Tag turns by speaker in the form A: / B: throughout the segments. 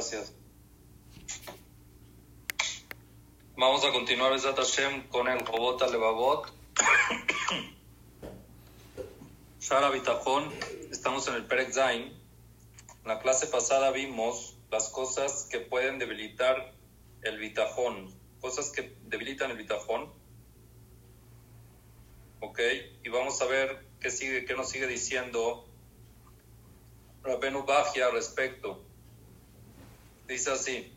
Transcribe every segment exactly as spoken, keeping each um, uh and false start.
A: Gracias. Vamos a continuar Besat Hashem con el Jobot Alevavot. Shara Bitajón. Estamos en el Perek Zain. En la clase pasada vimos las cosas que pueden debilitar el bitajón, cosas que debilitan el bitajón. Ok, y vamos a ver qué sigue, qué nos sigue diciendo Rabenu Bajia al respecto. Dice así: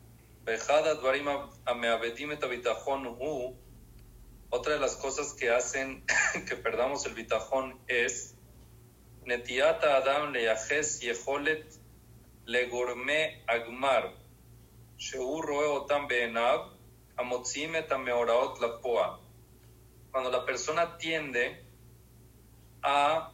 A: otra de las cosas que hacen que perdamos el bitajón es Netiata Adam leyajes yeholet legorme agmar sheu roe otam beenav amotzim et hameoraot lapoa. Cuando la persona tiende a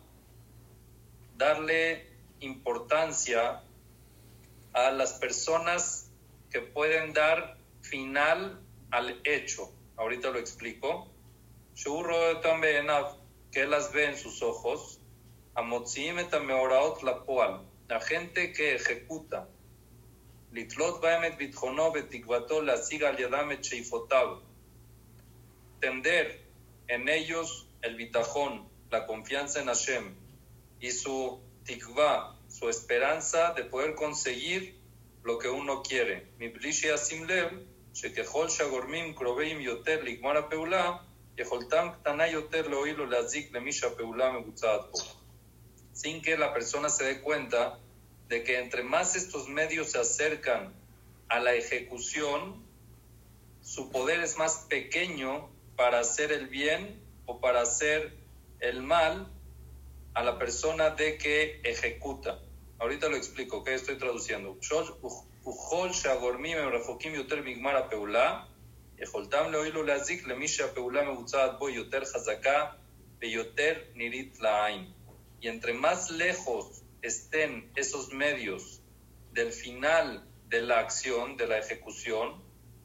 A: darle importancia a las personas que pueden dar final al hecho. Ahorita lo explico. Sheu roe otam beenav, que las ve en sus ojos. Amotzim et hameoraot lapoa, la gente que ejecuta. Litlot baem et bitjono betikvato lasiga al yadam et sheifotav, tender en ellos el bitajón, la confianza en Hashem, y su tikva, su esperanza de poder conseguir lo que uno quiere. Mibli sheyasim lev shekechol shagormim kroveim yoter ligmar hapeulah yecholtam ktana yoter leoil uleazik lemí shehapeulah mebutzaat bo. Sin que la persona se dé cuenta de que entre más estos medios se acercan a la ejecución, su poder es más pequeño para hacer el bien o para hacer el mal a la persona de que ejecuta. Ahorita lo explico, ¿qué estoy traduciendo? Ujol sheagormim em refokim yoter migmar hapeulah יכולתם להועיל ולהזיק למי שהפעולה מבוצעת בו יותר חזקה ויותר נראית לעין. Y entre más lejos estén esos medios del final de la acción, de la ejecución,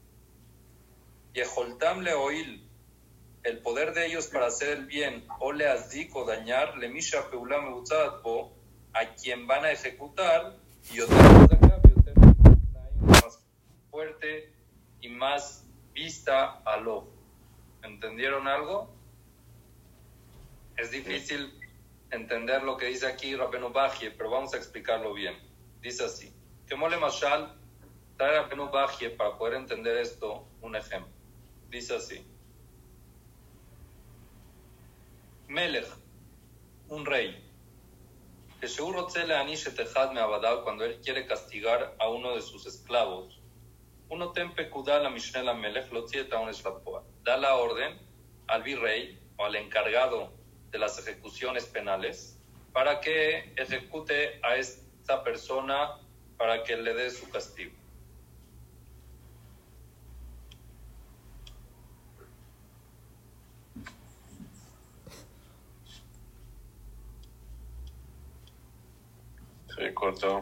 A: Yeholtam leoil, el poder de ellos para hacer el bien, o leazik o dañar, lemisha peula mebutzaat bo, a quien van a ejecutar, y más fuerte y más vista al ojo. ¿Entendieron algo? Es difícil entender lo que dice aquí Rabenu Bajie, pero vamos a explicarlo bien. Dice así: que mole mashal, trae Rabenu Bajie para poder entender esto un ejemplo. Dice así: Melech, un rey, que cuando él quiere castigar a uno de sus esclavos, uno tempe kudal a Mishneh Melech lo tzieta un eslapoa, da la orden al virrey o al encargado de las ejecuciones penales para que ejecute a esta persona, para que le dé su castigo.
B: Se cortó.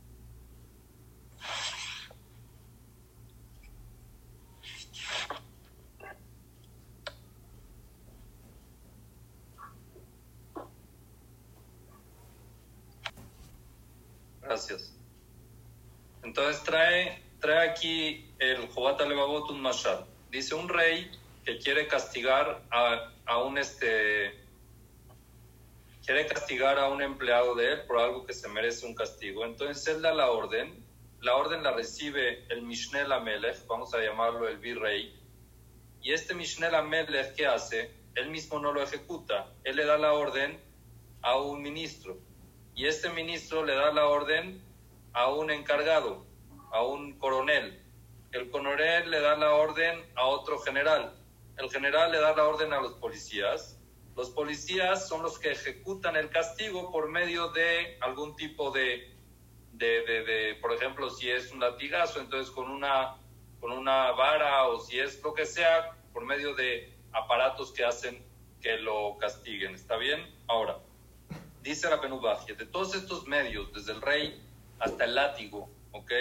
A: Gracias. Entonces trae, trae aquí el Jobat Alevavot un mashal. Dice: un rey que quiere castigar a, a un este quiere castigar a un empleado de él por algo que se merece un castigo. Entonces él da la orden, la orden la recibe el Mishneh Lamelech, vamos a llamarlo el virrey, y este Mishneh Lamelech, ¿qué hace? Él mismo no lo ejecuta, él le da la orden a un ministro. Y este ministro le da la orden a un encargado, a un coronel. El coronel le da la orden a otro general. El general le da la orden a los policías. Los policías son los que ejecutan el castigo por medio de algún tipo de, de, de, de por ejemplo, si es un latigazo, entonces con una, con una vara, o si es lo que sea, por medio de aparatos que hacen que lo castiguen. ¿Está bien? Ahora, dice Rabenu Bajie, de todos estos medios, desde el rey hasta el látigo, ¿ok?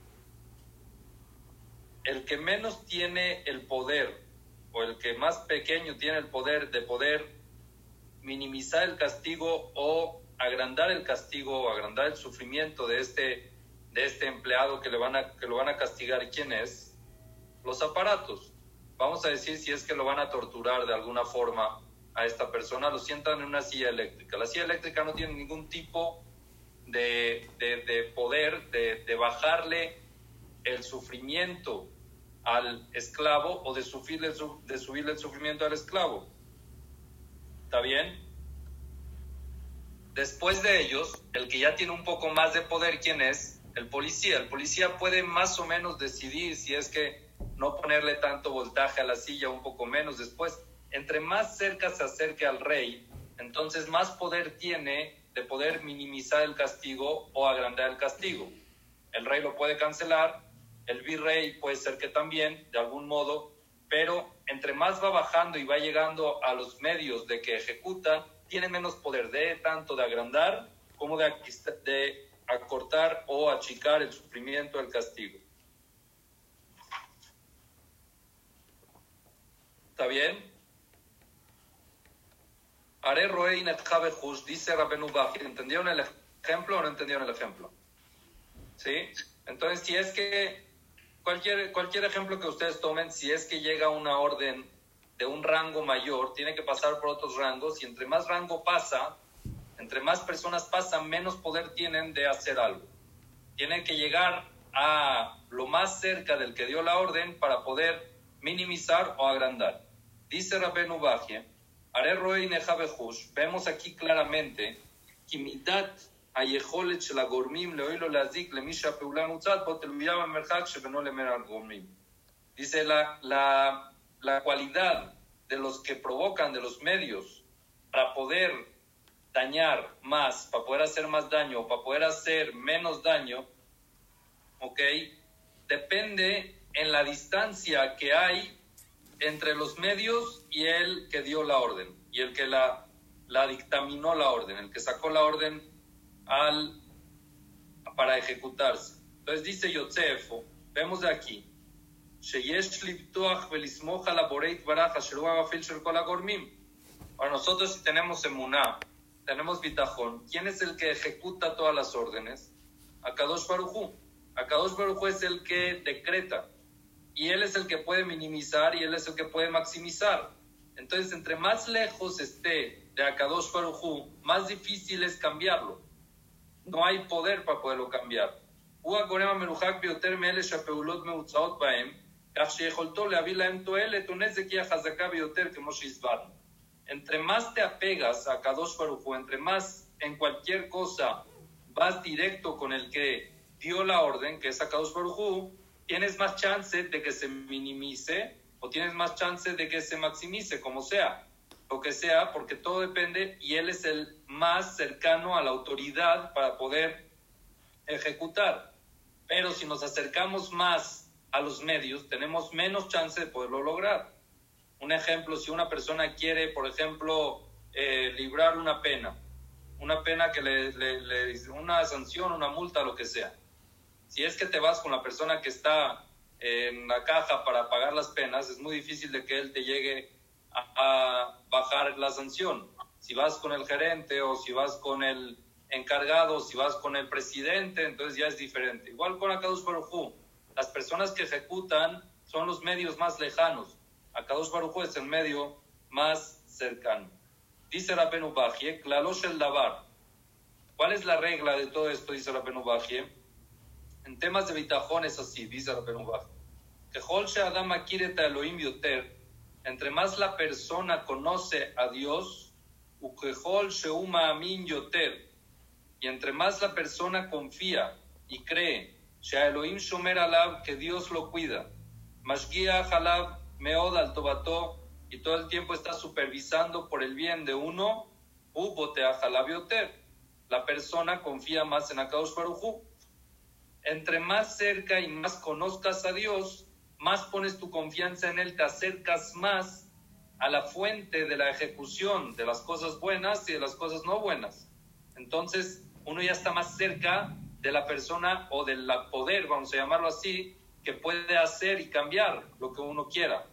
A: El que menos tiene el poder, o el que más pequeño tiene el poder de poder minimizar el castigo o agrandar el castigo o agrandar el sufrimiento de este de este empleado que, le van a, que lo van a castigar, ¿quién es? Los aparatos. Vamos a decir si es que lo van a torturar de alguna forma a esta persona, lo sientan en una silla eléctrica. La silla eléctrica no tiene ningún tipo de, de, de poder de, de bajarle el sufrimiento al esclavo o de subirle, de subirle el sufrimiento al esclavo. ¿Está bien? Después de ellos, el que ya tiene un poco más de poder, ¿quién es? El policía. El policía puede más o menos decidir si es que no ponerle tanto voltaje a la silla, un poco menos. Después, entre más cerca se acerque al rey, entonces más poder tiene de poder minimizar el castigo o agrandar el castigo. El rey lo puede cancelar, el virrey puede ser que también, de algún modo, pero entre más va bajando y va llegando a los medios de que ejecuta, tiene menos poder de tanto de agrandar como de, de acortar o achicar el sufrimiento del castigo. ¿Está bien? Haré roei netjabe jush, dice Rabenu Baji. ¿Entendieron el ejemplo o no entendieron el ejemplo? ¿Sí? Entonces, si es que cualquier, cualquier ejemplo que ustedes tomen, si es que llega una orden de un rango mayor, tiene que pasar por otros rangos, y entre más rango pasa, entre más personas pasan, menos poder tienen de hacer algo. Tienen que llegar a lo más cerca del que dio la orden para poder minimizar o agrandar. Dice Rabenu Baji, Haré roei nejabe jush, vemos aquí claramente que midat היכולת של הגורמים להועיל או להזיק למי שהפעולה מוצעת בו תלויה במרחק שבינו לבין הגורמים. Dice la, la, la cualidad de los que provocan, de los medios, para poder dañar más, para poder hacer más daño o para poder hacer menos daño, ¿ok? Depende en la distancia que hay entre los medios y el que dio la orden, y el que la, la dictaminó la orden, el que sacó la orden al, para ejecutarse. Entonces dice Yosefo, vemos de aquí, ahora nosotros si tenemos emuná, tenemos bitajón, ¿quién es el que ejecuta todas las órdenes? Akadosh Baruj Hu. Akadosh Baruj Hu es el que decreta, y él es el que puede minimizar y él es el que puede maximizar. Entonces, entre más lejos esté de Akadosh Baruj Hu, más difícil es cambiarlo. No hay poder para poderlo cambiar. Entre más te apegas a Akadosh Baruj Hu, entre más en cualquier cosa vas directo con el que dio la orden, que es Akadosh Baruj Hu, tienes más chance de que se minimice o tienes más chance de que se maximice, como sea, lo que sea, porque todo depende y él es el más cercano a la autoridad para poder ejecutar. Pero si nos acercamos más a los medios, tenemos menos chance de poderlo lograr. Un ejemplo, si una persona quiere, por ejemplo, eh, librar una pena, una pena que le, le, le, una sanción, una multa, lo que sea. Si es que te vas con la persona que está en la caja para pagar las penas, es muy difícil de que él te llegue a, a bajar la sanción. Si vas con el gerente o si vas con el encargado, si vas con el presidente, entonces ya es diferente. Igual con Akadosh Baruj Hu, las personas que ejecutan son los medios más lejanos. Akadosh Baruj Hu es el medio más cercano. Dice Rabenu Baji, Klalosh el Davar. ¿Cuál es la regla de todo esto? Dice Rabenu Baji. En temas de bitajón es así, dice Rabenu Baji. Kehol she'adam makir et Elohim yoter, entre más la persona conoce a Dios, ukehol she'u ma'amin yoter, y entre más la persona confía y cree, she'Elohim shomer alav, que Dios lo cuida, mashgiach alav meod al tobato, y todo el tiempo está supervisando por el bien de uno, u boteach alav yoter, la persona confía más en Akadosh Baruj Hu. Entre más cerca y más conozcas a Dios, más pones tu confianza en Él, te acercas más a la fuente de la ejecución de las cosas buenas y de las cosas no buenas. Entonces, uno ya está más cerca de la persona o del poder, vamos a llamarlo así, que puede hacer y cambiar lo que uno quiera.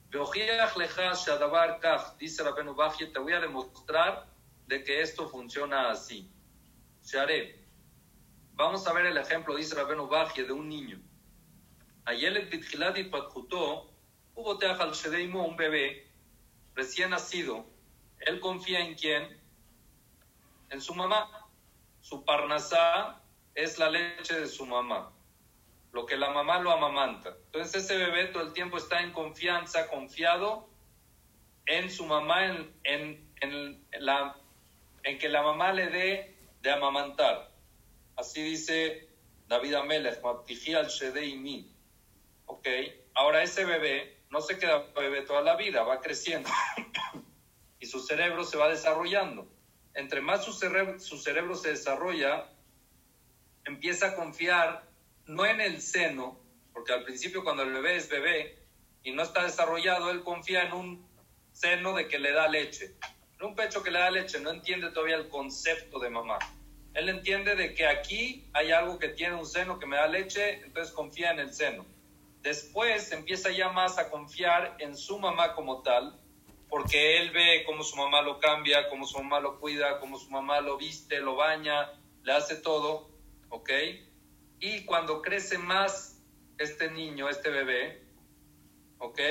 A: Dice Rabenu Baji, te voy a demostrar de que esto funciona así. Sharé. Vamos a ver el ejemplo, dice Rabenu Bajie, de un niño. Ayelet bitchilat hitpatchuto, hubo teachal shedeimo, un bebé recién nacido. Él confía en quién? En su mamá. Su parnasá es la leche de su mamá, lo que la mamá lo amamanta. Entonces ese bebé todo el tiempo está en confianza, confiado en su mamá, en, en, en, la, en que la mamá le dé de amamantar. Así dice David Amelech, Maptiji al Shedei mi. Ok, ahora ese bebé no se queda bebé toda la vida, va creciendo y su cerebro se va desarrollando. Entre más su cerebro, su cerebro se desarrolla, empieza a confiar no en el seno, porque al principio cuando el bebé es bebé y no está desarrollado, él confía en un seno de que le da leche, en un pecho que le da leche, no entiende todavía el concepto de mamá. Él entiende de que aquí hay algo que tiene un seno que me da leche, entonces confía en el seno. Después empieza ya más a confiar en su mamá como tal, porque él ve cómo su mamá lo cambia, cómo su mamá lo cuida, cómo su mamá lo viste, lo baña, le hace todo, ¿ok? Y cuando crece más este niño, este bebé, ¿ok?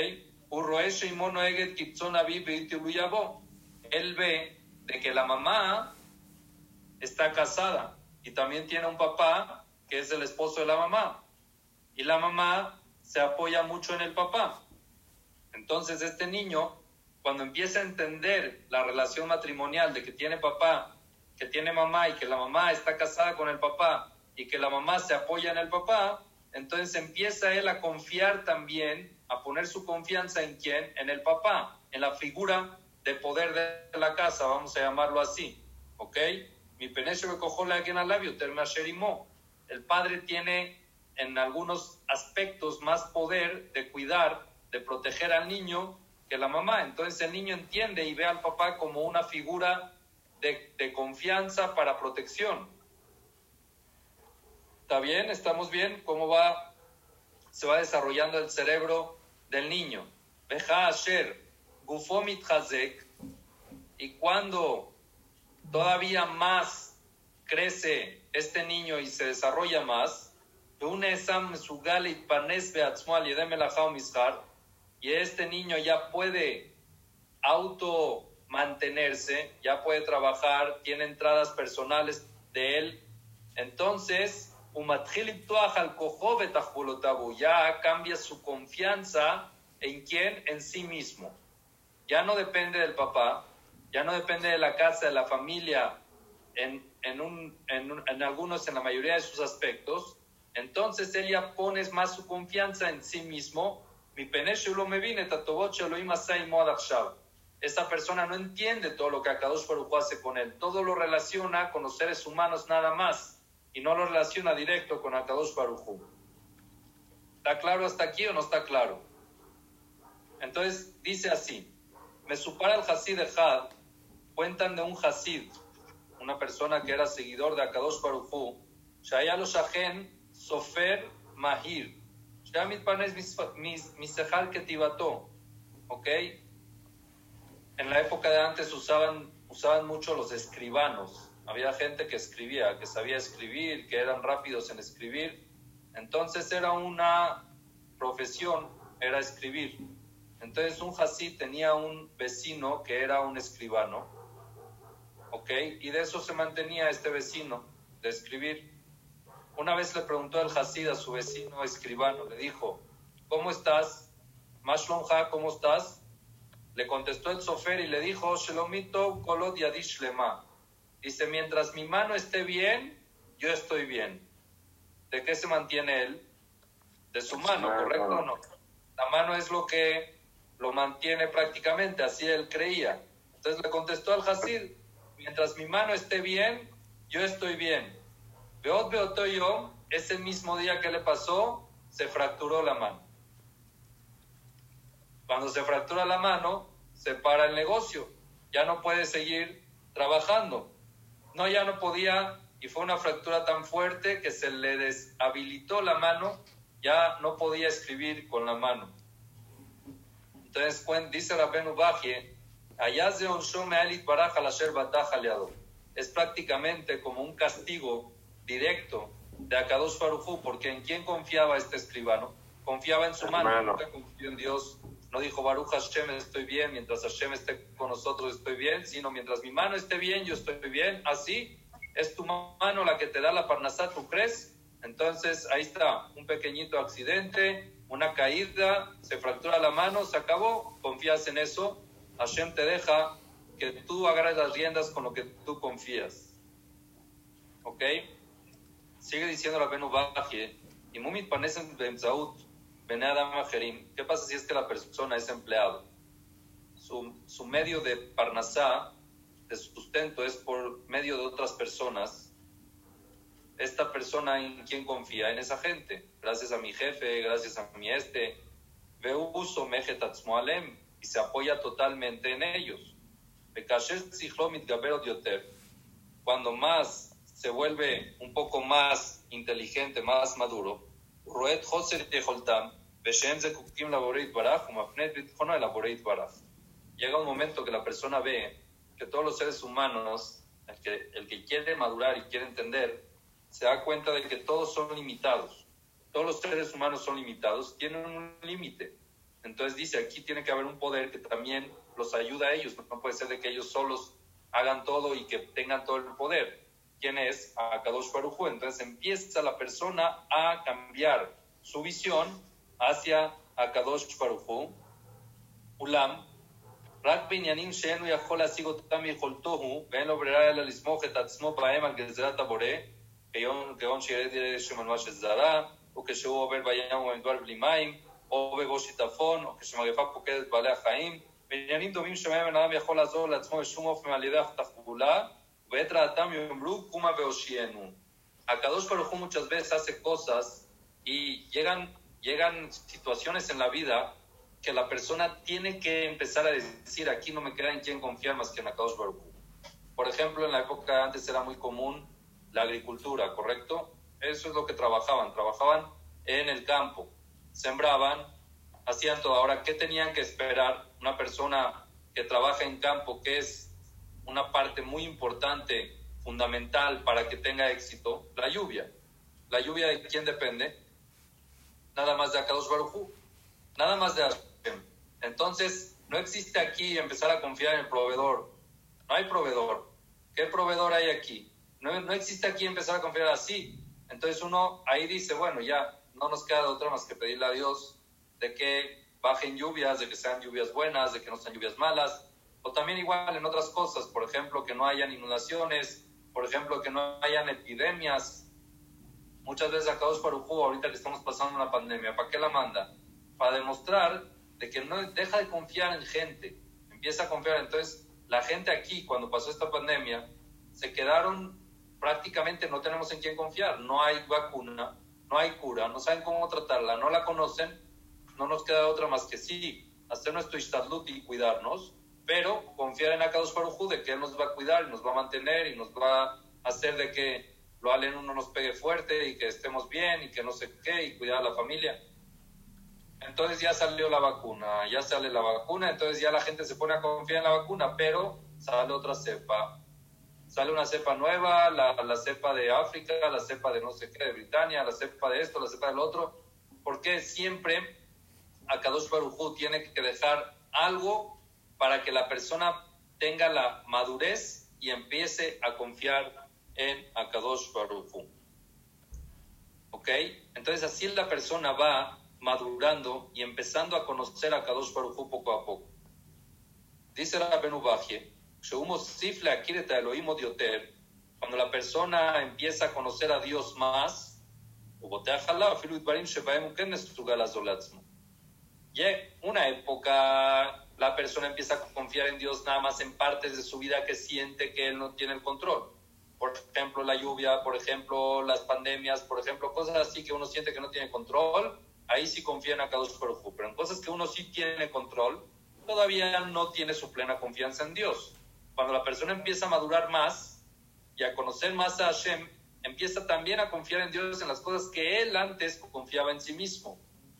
A: Él ve de que la mamá está casada y también tiene un papá que es el esposo de la mamá. Y la mamá se apoya mucho en el papá. Entonces este niño, cuando empieza a entender la relación matrimonial de que tiene papá, que tiene mamá y que la mamá está casada con el papá y que la mamá se apoya en el papá, entonces empieza él a confiar también, a poner su confianza en quién, en el papá, en la figura de poder de la casa, vamos a llamarlo así, ¿ok? Mi penecho me cojó la aquí en el labio, terme asherimó. El padre tiene en algunos aspectos más poder de cuidar, de proteger al niño que la mamá. Entonces el niño entiende y ve al papá como una figura de, de confianza para protección. ¿Está bien? ¿Estamos bien? ¿Cómo va? Se va desarrollando el cerebro del niño. Veja asher gufo mitchazek. Y cuando todavía más crece este niño y se desarrolla más, y este niño ya puede auto mantenerse, ya puede trabajar, tiene entradas personales de él, entonces ya cambia su confianza en quién, en sí mismo. Ya no depende del papá, ya no depende de la casa, de la familia, en, en, un, en, un, en algunos, en la mayoría de sus aspectos. Entonces él ya pone más su confianza en sí mismo. Esa persona no entiende todo lo que Akadosh Baruj Hu hace con él. Todo lo relaciona con los seres humanos nada más y no lo relaciona directo con Akadosh Baruj Hu. ¿Está claro hasta aquí o no está claro? Entonces dice así: me supara el Hasid Ejad, cuentan de un Hasid, una persona que era seguidor de Akadosh Baruj Hu, Shaya lo shahen Sofer Mahir. Shamit Panes Misejal Ketibato. ¿Ok? En la época de antes usaban, usaban mucho los escribanos. Había gente que escribía, que sabía escribir, que eran rápidos en escribir. Entonces era una profesión, era escribir. Entonces un Hasid tenía un vecino que era un escribano. ¿Ok? Y de eso se mantenía este vecino, de escribir. Una vez le preguntó el Hasid a su vecino escribano, le dijo: ¿cómo estás? Mashlonja, ¿cómo estás? Le contestó el sofer y le dijo: Shelomito kolot yadish lema. Dice: mientras mi mano esté bien, yo estoy bien. ¿De qué se mantiene él? De su mano, ¿correcto o no? La mano es lo que lo mantiene prácticamente, así él creía. Entonces le contestó al Hasid: mientras mi mano esté bien, yo estoy bien. Beot beoto yo, ese mismo día que le pasó, se fracturó la mano. Cuando se fractura la mano, se para el negocio. Ya no puede seguir trabajando. No, ya no podía, y fue una fractura tan fuerte que se le deshabilitó la mano, ya no podía escribir con la mano. Entonces dice Rabenu Bajie, Ayaz de onsho me'alit baraj al asher bataj aliado. Es prácticamente como un castigo directo de Akadosh Baruj Hu, porque ¿en quién confiaba este escribano? Confiaba en su mano,
B: Hermano.
A: nunca confió en Dios. No dijo, Baruch Hashem, estoy bien, mientras Hashem esté con nosotros estoy bien, sino mientras mi mano esté bien, yo estoy bien. Así es tu mano la que te da la parnasá, ¿tú crees? Entonces ahí está, un pequeñito accidente, una caída, se fractura la mano, se acabó, confías en eso, Hashem te deja que tú agarres las riendas con lo que tú confías. ¿Ok? Sigue diciendo la Benu Bajie, y Mumit Panesen Bemzaut, Bene Adam Ajerim. ¿Qué pasa si es que la persona es empleado? Su, su medio de parnasá, de sustento, es por medio de otras personas. Esta persona, ¿en quién confía? En esa gente. Gracias a mi jefe, gracias a mi este. Veo uso mejetatzmo alem, y se apoya totalmente en ellos. Cuando más se vuelve un poco más inteligente, más maduro, llega un momento que la persona ve que todos los seres humanos, el que, el que quiere madurar y quiere entender, se da cuenta de que todos son limitados. Todos los seres humanos son limitados, tienen un límite. Entonces dice, aquí tiene que haber un poder que también los ayuda a ellos. No puede ser de que ellos solos hagan todo y que tengan todo el poder. ¿Quién es? Akadosh Baruj Hu. Entonces empieza la persona a cambiar su visión hacia Akadosh Baruj Hu. Ulam, רק בעניינים שאינו יכול להשיג אותם מיכולתו הוא, ואין לו ברירה אלא לסמוך את עצמו בהם על גזירת הבורא, כגון שירד ירא שמנוע של זרה, או כשהוא עובר בים ובמדבר בלי מים, או בבוא שיטפון, או כשמגפה פוקדת בעלי החיים, בעניינים דומים שבהם בן אדם יכול לעזור לעצמו בשום אופן על ידי התחבולה, ובעת רעתם יאמרו קומה והושיענו. Akadosh Baruj Hu muchas veces hace cosas y llegan, llegan situaciones en la vida que la persona tiene que empezar a decir, aquí no me queda en quién confiar más que en Akadosh Baruj Hu. Por ejemplo, en la época de antes era muy común la agricultura, ¿correcto? Eso es lo que trabajaban, trabajaban en el campo, sembraban, hacían todo. Ahora, ¿qué tenían que esperar una persona que trabaja en campo, que es una parte muy importante, fundamental para que tenga éxito? La lluvia. ¿La lluvia de quién depende? Nada más de Akadosh Baruj Hu, nada más de Hashem. Entonces, no existe aquí empezar a confiar en el proveedor. No hay proveedor. ¿Qué proveedor hay aquí? No, no existe aquí empezar a confiar así. Entonces uno ahí dice, bueno, ya no nos queda de otra más que pedirle a Dios de que bajen lluvias, de que sean lluvias buenas, de que no sean lluvias malas, o también igual en otras cosas, por ejemplo, que no hayan inundaciones, por ejemplo, que no hayan epidemias. Muchas veces Akadosh Baruj Hu, ahorita que estamos pasando una pandemia, ¿para qué la manda? Para demostrar de que no deja de confiar en gente, empieza a confiar. Entonces, la gente aquí, cuando pasó esta pandemia, se quedaron prácticamente, no tenemos en quién confiar, no hay vacuna, no hay cura, no saben cómo tratarla, no la conocen, no nos queda otra más que sí, hacer nuestro ishtadlut y cuidarnos, pero confiar en Akadosh Baruj Hu de que Él nos va a cuidar y nos va a mantener y nos va a hacer de que lo aleno no nos pegue fuerte y que estemos bien y que no sé qué y cuidar a la familia. Entonces ya salió la vacuna, ya sale la vacuna, entonces ya la gente se pone a confiar en la vacuna, pero sale otra cepa. Sale una cepa nueva, la, la cepa de África, la cepa de no sé qué, de Britania, la cepa de esto, la cepa del otro. Porque siempre Akadosh Baruj Hu tiene que dejar algo para que la persona tenga la madurez y empiece a confiar en Akadosh Baruj Hu. ¿Ok? Entonces así la persona va madurando y empezando a conocer a Akadosh Baruj Hu poco a poco. Dice la Benu Bajie, cuando la persona empieza a conocer a Dios más, y una época la persona empieza a confiar en Dios nada más en partes de su vida que siente que Él no tiene el control. Por ejemplo, la lluvia, por ejemplo, las pandemias, por ejemplo, cosas así que uno siente que no tiene control, ahí sí confía en Akadosh Baruj Hu. Pero en cosas que uno sí tiene control, todavía no tiene su plena confianza en Dios. Cuando la persona empieza a madurar más y a conocer más a Hashem, empieza también a confiar en Dios en las cosas que él antes confiaba en sí mismo.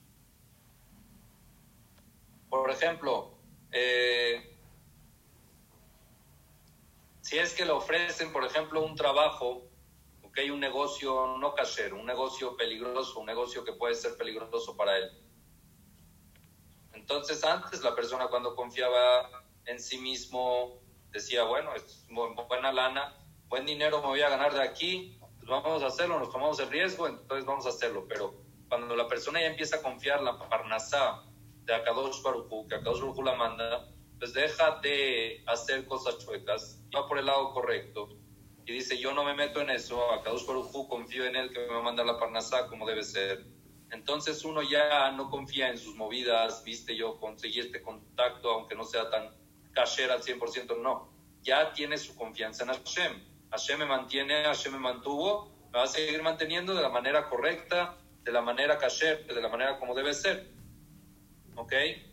A: Por ejemplo, eh, si es que le ofrecen, por ejemplo, un trabajo, ¿ok? hay un negocio no kasher, un negocio peligroso, un negocio que puede ser peligroso para él. Entonces antes la persona cuando confiaba en sí mismo decía, bueno, es buena lana, buen dinero me voy a ganar de aquí, pues vamos a hacerlo, nos tomamos el riesgo, entonces vamos a hacerlo. Pero cuando la persona ya empieza a confiar la parnasá de Akadosh Baruj Hu, que Akadosh Baruj Hu la manda, pues deja de hacer cosas chuecas, va por el lado correcto y dice, yo no me meto en eso, Akadosh Baruj Hu, confío en él que me va a mandar la parnasá como debe ser. Entonces uno ya no confía en sus movidas, viste, yo conseguí este contacto, aunque no sea tan kasher al cien por ciento, no. Ya tiene su confianza en Hashem. Hashem me mantiene, Hashem me mantuvo, me va a seguir manteniendo de la manera correcta, de la manera kasher, de la manera como debe ser. ¿Ok?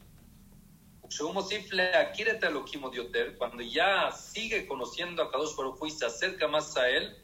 A: Cuando ya sigue conociendo a Kadosh Baruj Hu y se acerca más a él,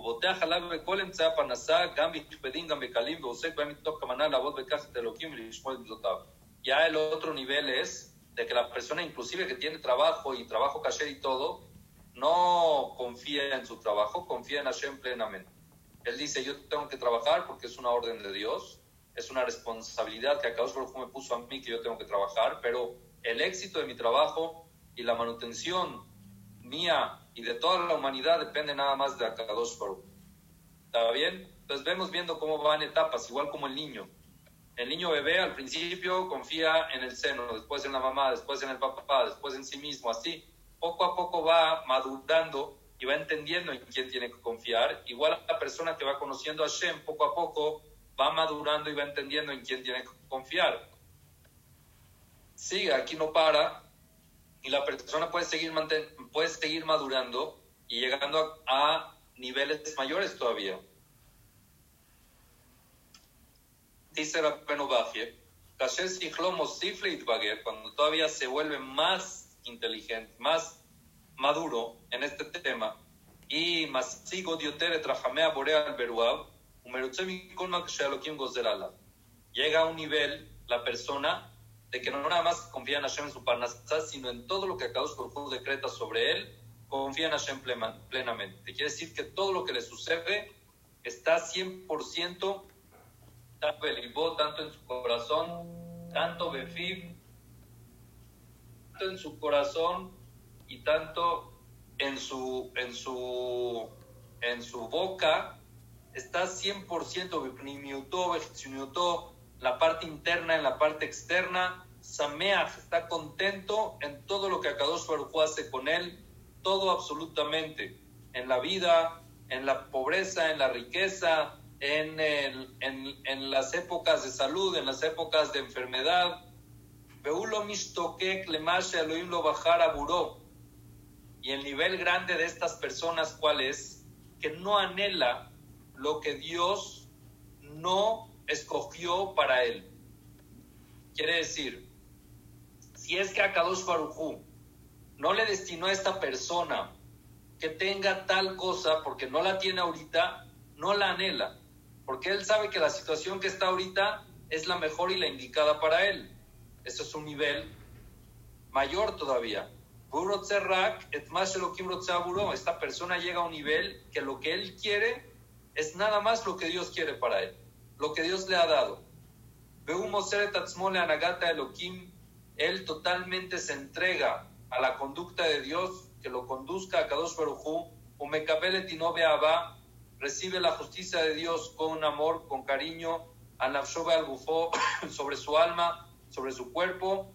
A: ya el otro nivel es de que la persona inclusive que tiene trabajo y trabajo kasher y todo, no confía en su trabajo, confía en Hashem plenamente. Él dice, yo tengo que trabajar porque es una orden de Dios, es una responsabilidad que Akadosh Baruj Hu me puso a mí que yo tengo que trabajar, pero el éxito de mi trabajo y la manutención mía y de toda la humanidad depende nada más de Akadosh Baruj Hu. ¿Está bien? Entonces vemos viendo cómo van etapas, igual como el niño. El niño bebé al principio confía en el seno, después en la mamá, después en el papá, después en sí mismo, así. Poco a poco va madurando y va entendiendo en quién tiene que confiar. Igual la persona que va conociendo a Hashem, poco a poco va madurando y va entendiendo en quién tiene que confiar. Sigue, aquí no para, y la persona puede seguir, manten- puede seguir madurando y llegando a, a niveles mayores todavía. Dice Rabbeinu Bachye, cuando todavía se vuelve más inteligente, más maduro en este tema, y más sigo diotere trajamea borea al beruab, llega a un nivel la persona de que no nada más confía en Hashem en su parnasá, sino en todo lo que Akadosh Baruj Hu decreta sobre él, confía en Hashem plenamente. Quiere decir que todo lo que le sucede está cien por ciento tanto en su corazón, tanto befib, tanto en su corazón y tanto en su en su en su boca, está cien por ciento bepnimiutó, la parte interna, en la parte externa. Sameach está contento en todo lo que Akadosh Baruj Hu hace con él, todo absolutamente, en la vida, en la pobreza, en la riqueza, en, el, en, en las épocas de salud, en las épocas de enfermedad. Y el nivel grande de estas personas, ¿cuál es? Que no anhela lo que Dios no escogió para él. Quiere decir, si es que Akadosh Baruj Hu no le destinó a esta persona que tenga tal cosa, porque no la tiene ahorita, no la anhela, porque él sabe que la situación que está ahorita es la mejor y la indicada para él. Eso es un nivel mayor todavía. Esta persona llega a un nivel que lo que él quiere es nada más lo que Dios quiere para él, lo que Dios le ha dado. Él totalmente se entrega a la conducta de Dios, que lo conduzca a Kadosh Baruj Hu, recibe la justicia de Dios con amor, con cariño, sobre su alma, sobre su cuerpo.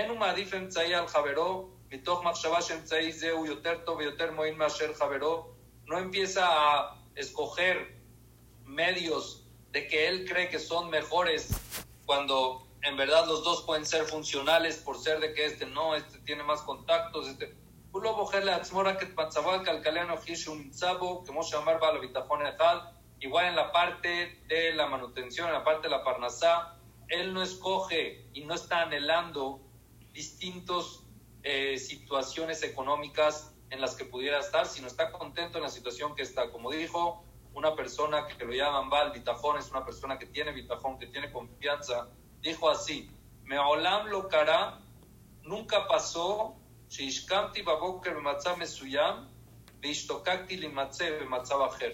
A: No empieza a escoger medios de que él cree que son mejores, cuando en verdad los dos pueden ser funcionales, por ser de que este no, este tiene más contactos, este... Igual en la parte de la manutención, en la parte de la parnasá, él no escoge y no está anhelando distintas eh, situaciones económicas en las que pudiera estar, sino está contento en la situación que está. Como dijo una persona que lo llaman Baal Bitajón, es una persona que tiene bitajón, que tiene confianza, dijo así: Me'olam lo kara, nunca pasó, sheishkamti baboker b'matzav mesuyam veishtokakti limatzeh b'matzav acher.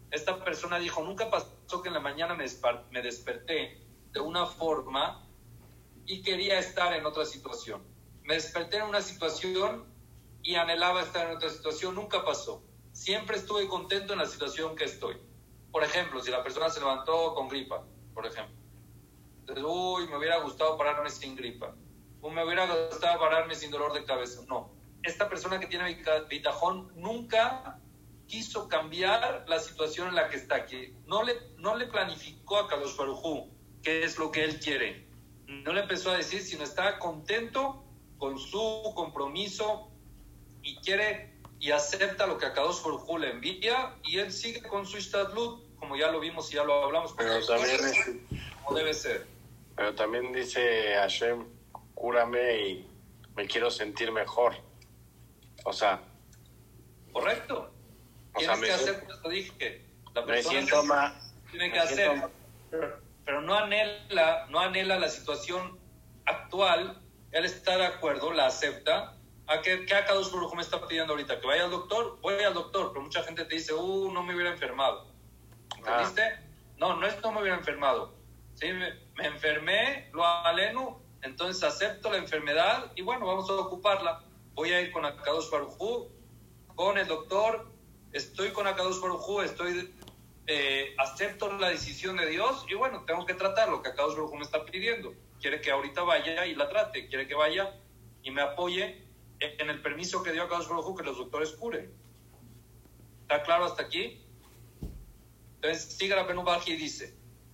A: Esta persona dijo, nunca pasó que en la mañana me, me desperté de una forma y quería estar en otra situación. Me desperté en una situación y anhelaba estar en otra situación. Nunca pasó. Siempre estuve contento en la situación que estoy. Por ejemplo, si la persona se levantó con gripa, por ejemplo. Entonces, uy, me hubiera gustado pararme sin gripa. O me hubiera gustado pararme sin dolor de cabeza. No. Esta persona que tiene bitajón nunca quiso cambiar la situación en la que está aquí. No le, no le planificó a Kadosh Baruj Hu qué es lo que él quiere. No le empezó a decir, sino está contento con su compromiso y quiere y acepta lo que a Kadosh Baruj Hu le envía y él sigue con su ishtadlut, como ya lo vimos y ya lo hablamos.
B: Pero también es,
A: como debe ser.
B: Pero también dice Hashem, cúrame y me quiero sentir mejor. O sea...
A: Correcto.
B: O
A: Tienes
B: sea,
A: que
B: me
A: hacer, como te dije, la
B: me
A: persona
B: siento más...
A: tiene que
B: me
A: hacer,
B: siento-
A: pero, pero no anhela, no anhela la situación actual, él está de acuerdo, la acepta. ¿A qué, qué Akadosh Baruj Hu me está pidiendo ahorita? ¿Que vaya al doctor? Voy al doctor, pero mucha gente te dice, uh, no me hubiera enfermado. ¿Entendiste?
B: Ah.
A: No, no es no me hubiera enfermado. ¿Sí? Me, me enfermé, lo aleno, entonces acepto la enfermedad y bueno, vamos a ocuparla. Voy a ir con Akadosh Baruj Hu, con el doctor, estoy con Akadosh Baruj Hu, estoy, eh, acepto la decisión de Dios y bueno, tengo que tratar lo que Akadosh Baruj Hu me está pidiendo. Quiere que ahorita vaya y la trate, quiere que vaya y me apoye en el permiso que dio Akadosh Baruj Hu que los doctores curen. ¿Está claro hasta aquí? Entonces sigue la Benubaji y dice,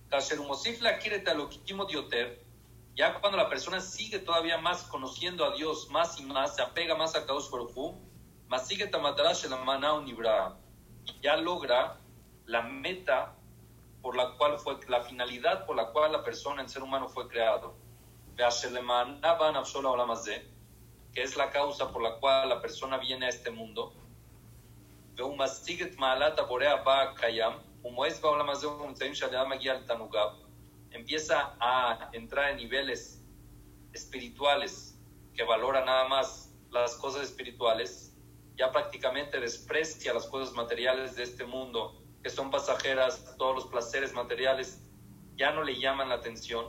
A: ya cuando la persona sigue todavía más conociendo a Dios, más y más, se apega más a Kadosh Baruj Hu, más sigue ya logra la meta por la cual fue, la finalidad por la cual la persona, el ser humano fue creado, que es la causa por la cual la persona viene a este mundo. Empieza a entrar en niveles espirituales que valora nada más las cosas espirituales, ya prácticamente desprecia las cosas materiales de este mundo, que son pasajeras, todos los placeres materiales ya no le llaman la atención.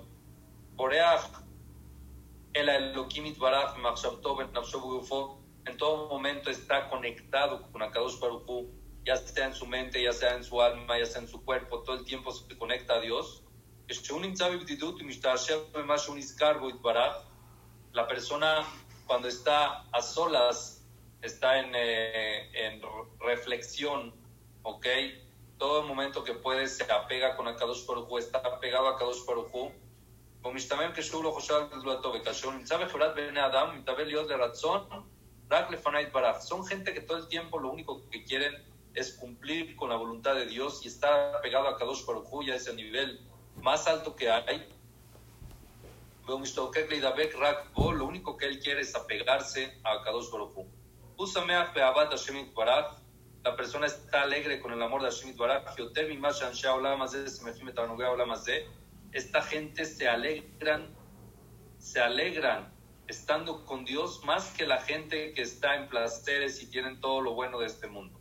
A: En todo momento está conectado con Akadosh Baruj Hu, ya sea en su mente, ya sea en su alma, ya sea en su cuerpo, todo el tiempo se conecta a Dios. La persona cuando está a solas, está en, eh, en reflexión, ¿ok? Todo el momento que puede se apega con Akadosh Baruj Hu, está apegado a Akadosh Baruj Hu. Son gente que todo el tiempo lo único que quieren es cumplir con la voluntad de Dios y estar apegado a Kadosh Baruj Hu, ya es el nivel más alto que hay. Lo único que él quiere es apegarse a Kadosh Baruj Hu. La persona está alegre con el amor de Hashem Yitbaraj. Esta gente se alegran, se alegran estando con Dios más que la gente que está en placeres y tienen todo lo bueno de este mundo.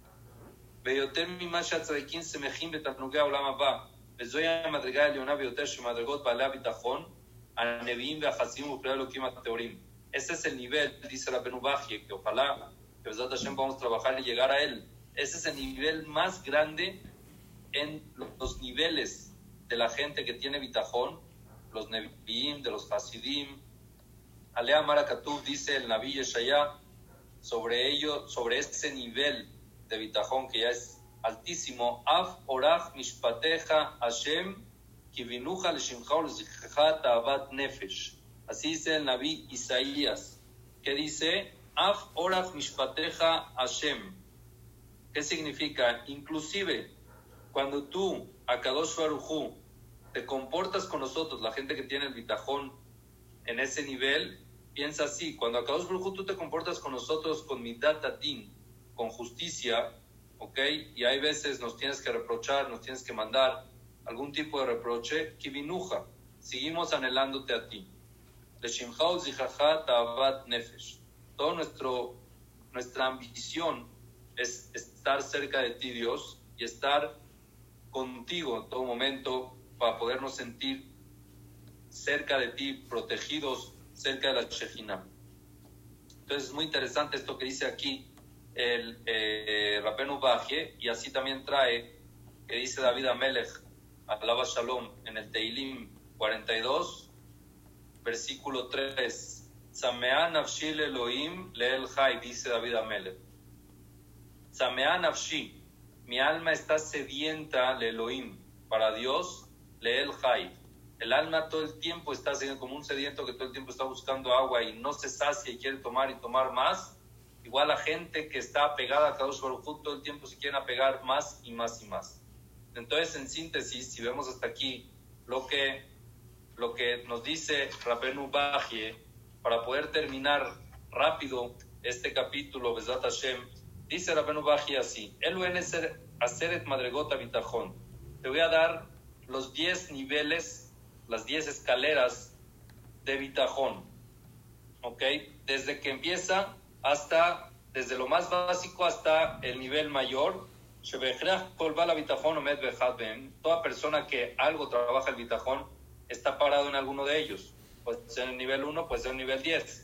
A: Ese es el nivel, dice la Benubaji, que ojalá que Besat Hashem vamos a trabajar y llegar a él. Ese es el nivel más grande en los niveles de la gente que tiene bitajón, los Nevi'im, de los Hasidim. Alea Marakatub dice el Naví Yeshaya sobre ello, sobre ese nivel de bitajón que ya es altísimo. Af orach mishpateja Hashem kivinuja leshimcha ulzikha ta'avat nefesh. Así dice el Naví Isaías, que dice Af orach mishpateja Hashem. ¿Qué significa? Inclusive cuando tú, Akadosh Baruj Hu, te comportas con nosotros, la gente que tiene el bitajón en ese nivel, piensa así: cuando Akadosh Baruj Hu tú te comportas con nosotros con midat adin, con justicia, ¿ok? Y hay veces nos tienes que reprochar, nos tienes que mandar algún tipo de reproche, kivinuja, seguimos anhelándote a ti. Leshimcha uzichacha ta'avat nefesh. Todo nuestro, nuestra ambición es estar cerca de ti, Dios, y estar contigo en todo momento para podernos sentir cerca de ti, protegidos cerca de la Shejina. Entonces es muy interesante esto que dice aquí el eh, Rabbeinu Bajie, y así también trae que dice David Amelech, alaba Shalom, en el Teilim cuarenta y dos, versículo tres. Samea nafshi Elohim leel Chai, dice David Amelech. Samea nafshi, mi alma está sedienta le Elohim, para Dios, leel Chai. El alma todo el tiempo está como un sediento que todo el tiempo está buscando agua y no se sacia y quiere tomar y tomar más. Igual la gente que está apegada a Kadosh Baruj Hu todo el tiempo se quieren apegar más y más y más. Entonces, en síntesis, si vemos hasta aquí lo que, lo que nos dice Rabbeinu Bajie, para poder terminar rápido este capítulo, Bezat Hashem, dice Rabbeinu Bajie así: Elu en Aseret Madregot Bitajón. Te voy a dar los diez niveles, las diez escaleras de bitajón, ¿ok? Desde que empieza hasta, desde lo más básico hasta el nivel mayor. Toda persona que algo trabaja el bitajón está parado en alguno de ellos. Puede ser el nivel uno, puede ser el nivel diez.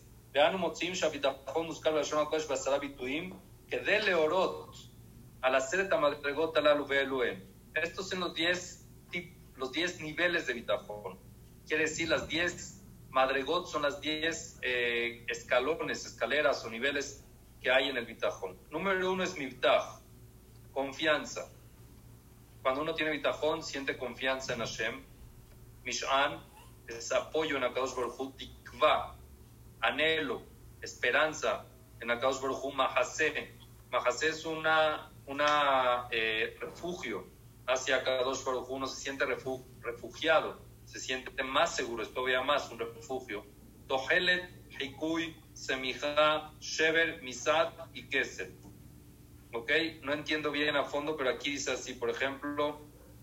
A: Que dele orot a la cereta madregota la luveeluen. Estos son los diez los diez niveles de bitajón. Quiere decir, las diez madregot son las diez eh, escalones, escaleras o niveles que hay en el bitajón. Número uno es mivtaj, confianza. Cuando uno tiene bitajón, siente confianza en Hashem. Mish'an es apoyo en Akadosh Baruj Hu. Tikva, anhelo, esperanza en Akadosh Baruj Hu. Mahaseh, Mahaseh es una, una eh, refugio hacia Kadosh Baruj Hu. Uno se siente refugiado, se siente más seguro, es todavía más un refugio. Tohelet, Hikuy, Semija, Shever, Misad y Kesed. ¿Ok? No entiendo bien a fondo, pero aquí dice así, por ejemplo,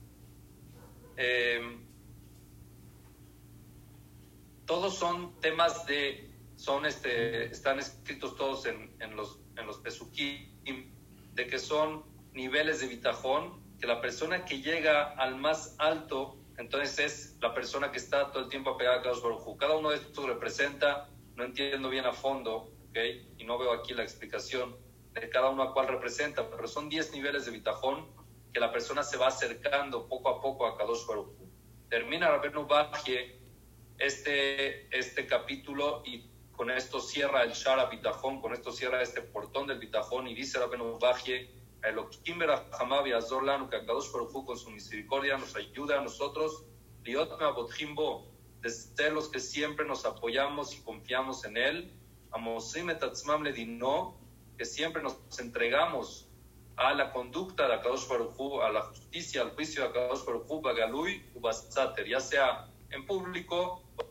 A: eh, todos son temas de, son este, están escritos todos en, en los, en los Pesukim, de que son niveles de bitajón, que la persona que llega al más alto, entonces es la persona que está todo el tiempo apegada a Kadosh Baruj Hu. Cada uno de estos representa, no entiendo bien a fondo, ¿okay? Y no veo aquí la explicación de cada uno a cuál representa, pero son diez niveles de bitajón que la persona se va acercando poco a poco a Kadosh Baruj Hu. Termina Rabbeinu Bajie este, este capítulo y con esto cierra el Shara Bitajón, con esto cierra este portón del bitajón, y dice Rabbeinu Bajie: Elohim berachamav ya'azor lanu, que Akadosh Baruj Hu con su misericordia nos ayuda a nosotros, liot me'abotchim bo, de ser los que siempre nos apoyamos y confiamos en él, amosim et atzmam ledino, que siempre nos entregamos a la conducta de Akadosh Baruj Hu, a la justicia, al juicio de Akadosh Baruj Hu, bagalui u basater, ya sea en público